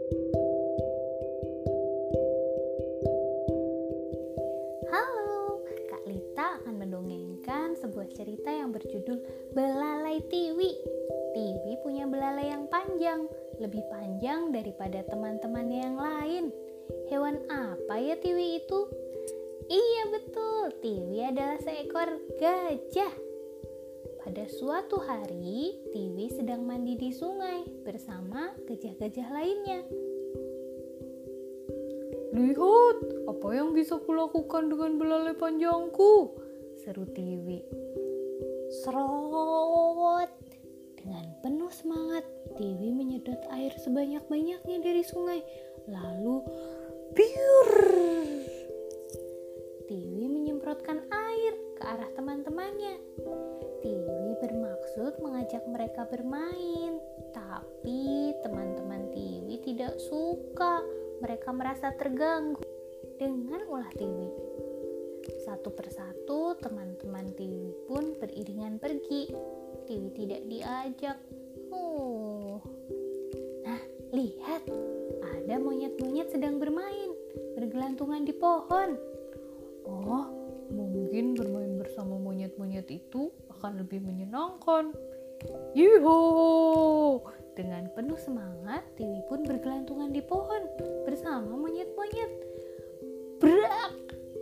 Halo, Kak Lita akan mendongengkan sebuah cerita yang berjudul Belalai Tiwi. Tiwi punya belalai yang panjang, lebih panjang daripada teman-temannya yang lain. Hewan apa ya Tiwi itu? Iya betul, Tiwi adalah seekor gajah. Pada suatu hari, Tiwi sedang mandi di sungai bersama gajah-gajah lainnya. Lihat, apa yang bisa kulakukan dengan belalai panjangku? Seru Tiwi. Serot. Dengan penuh semangat, Tiwi menyedot air sebanyak-banyaknya dari sungai. Lalu, biur. Tiwi menyemprotkan air ke arah teman-temannya. Tiwi bermaksud mengajak mereka bermain, tapi teman-teman Tiwi tidak suka. Mereka merasa terganggu dengan ulah Tiwi. Satu persatu teman-teman Tiwi pun beriringan pergi. Tiwi tidak diajak. Nah, lihat, ada monyet-monyet sedang bermain, bergelantungan di pohon. Oh, mungkin bermain bersama monyet-monyet itu akan lebih menyenangkan. Yuhu! Dengan penuh semangat, Tiwi pun bergelantungan di pohon bersama monyet-monyet. Brak!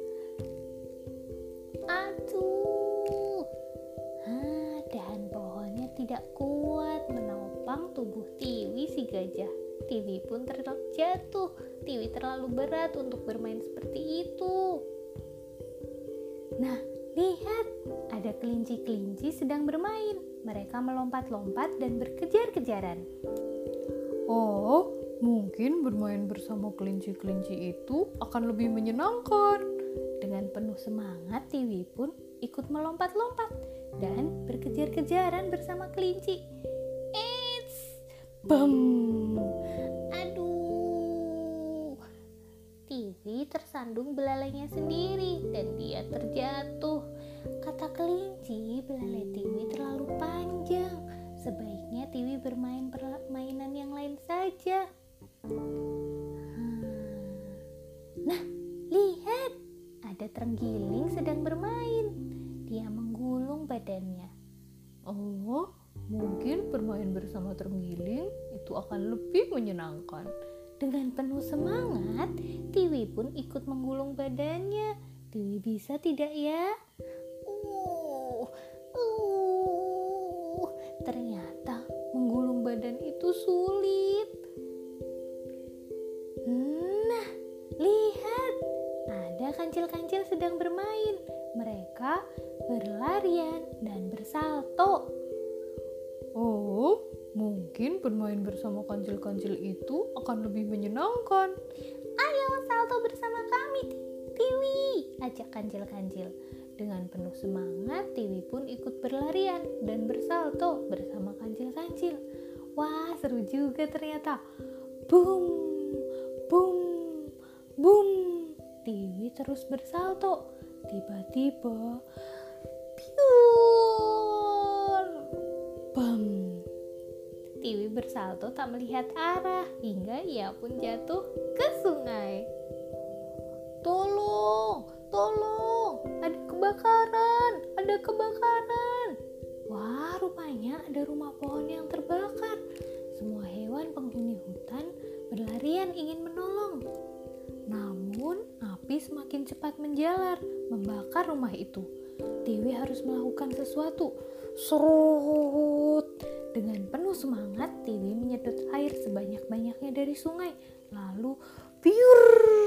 Aduh! Dahan pohonnya tidak kuat menopang tubuh Tiwi si gajah. Tiwi pun terjatuh. Tiwi terlalu berat untuk bermain seperti itu. Nah, lihat, ada kelinci-kelinci sedang bermain. Mereka melompat-lompat dan berkejar-kejaran. Oh, mungkin bermain bersama kelinci-kelinci itu akan lebih menyenangkan. Dengan penuh semangat, Tiwi pun ikut melompat-lompat dan berkejar-kejaran bersama kelinci. Eits! Bam! Aduh! Tiwi tersandung belalainya sendiri dan dia terjatuh. Kata kelinci, belalai Tiwi terlalu panjang. Sebaiknya Tiwi bermain permainan yang lain saja. Nah, lihat, ada terenggiling sedang bermain. Dia menggulung badannya. Oh, mungkin bermain bersama terenggiling itu akan lebih menyenangkan. Dengan penuh semangat, Tiwi pun ikut menggulung badannya. Tiwi bisa tidak ya? Ternyata menggulung badan itu sulit. Nah, lihat, ada kancil-kancil sedang bermain. Mereka berlarian dan bersalto. Oh, mungkin bermain bersama kancil-kancil itu akan lebih menyenangkan. Ayo salto bersama kami, Tiwi, ajak kancil-kancil. Dengan penuh semangat, Tiwi pun ikut berlarian dan bersalto bersama kancil-kancil. Wah, seru juga ternyata. Boom, boom, boom. Tiwi terus bersalto. Tiba-tiba, piur, bam. Tiwi bersalto tak melihat arah hingga ia pun jatuh ke sungai. Tolong, tolong, ada kebakaran, ada kebakaran. Wah, rupanya ada rumah pohon yang terbakar. Semua hewan penghuni hutan berlarian ingin menolong. Namun, api semakin cepat menjalar, membakar rumah itu. Tiwi harus melakukan sesuatu. Serut! Dengan penuh semangat, Tiwi menyedot air sebanyak-banyaknya dari sungai. Lalu, biur!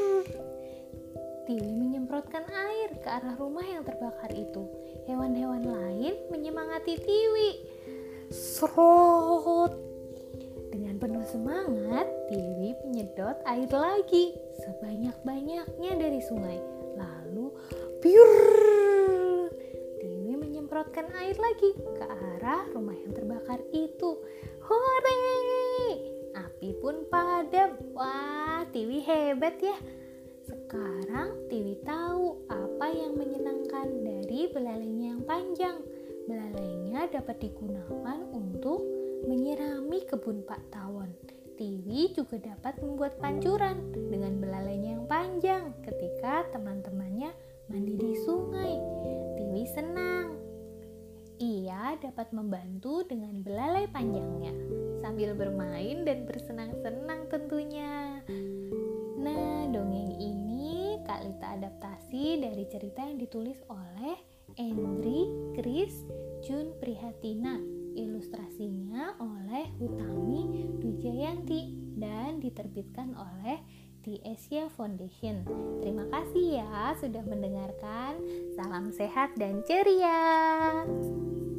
Tiwi menyemprotkan air ke arah rumah yang terbakar itu. Hewan-hewan lain menyemangati Tiwi. Serut! Dengan penuh semangat, Tiwi menyedot air lagi sebanyak-banyaknya dari sungai. Lalu, biur! Tiwi menyemprotkan air lagi ke arah rumah yang terbakar itu. Hore! Api pun padam. Wah, Tiwi hebat ya. Sekarang Tiwi tahu apa yang menyenangkan dari belalainya yang panjang. Belalainya dapat digunakan untuk menyirami kebun Pak Tawon. Tiwi juga dapat membuat pancuran dengan belalainya yang panjang ketika teman-temannya mandi di sungai. Tiwi senang. Ia dapat membantu dengan belalai panjangnya sambil bermain dan bersenang-senang tentunya. Nah, dongeng ini Kak Lita adaptasi dari cerita yang ditulis oleh Endri Kris Jun Prihatina. Ilustrasinya oleh Hutami Dujayanti dan diterbitkan oleh The Asia Foundation. Terima kasih ya sudah mendengarkan. Salam sehat dan ceria.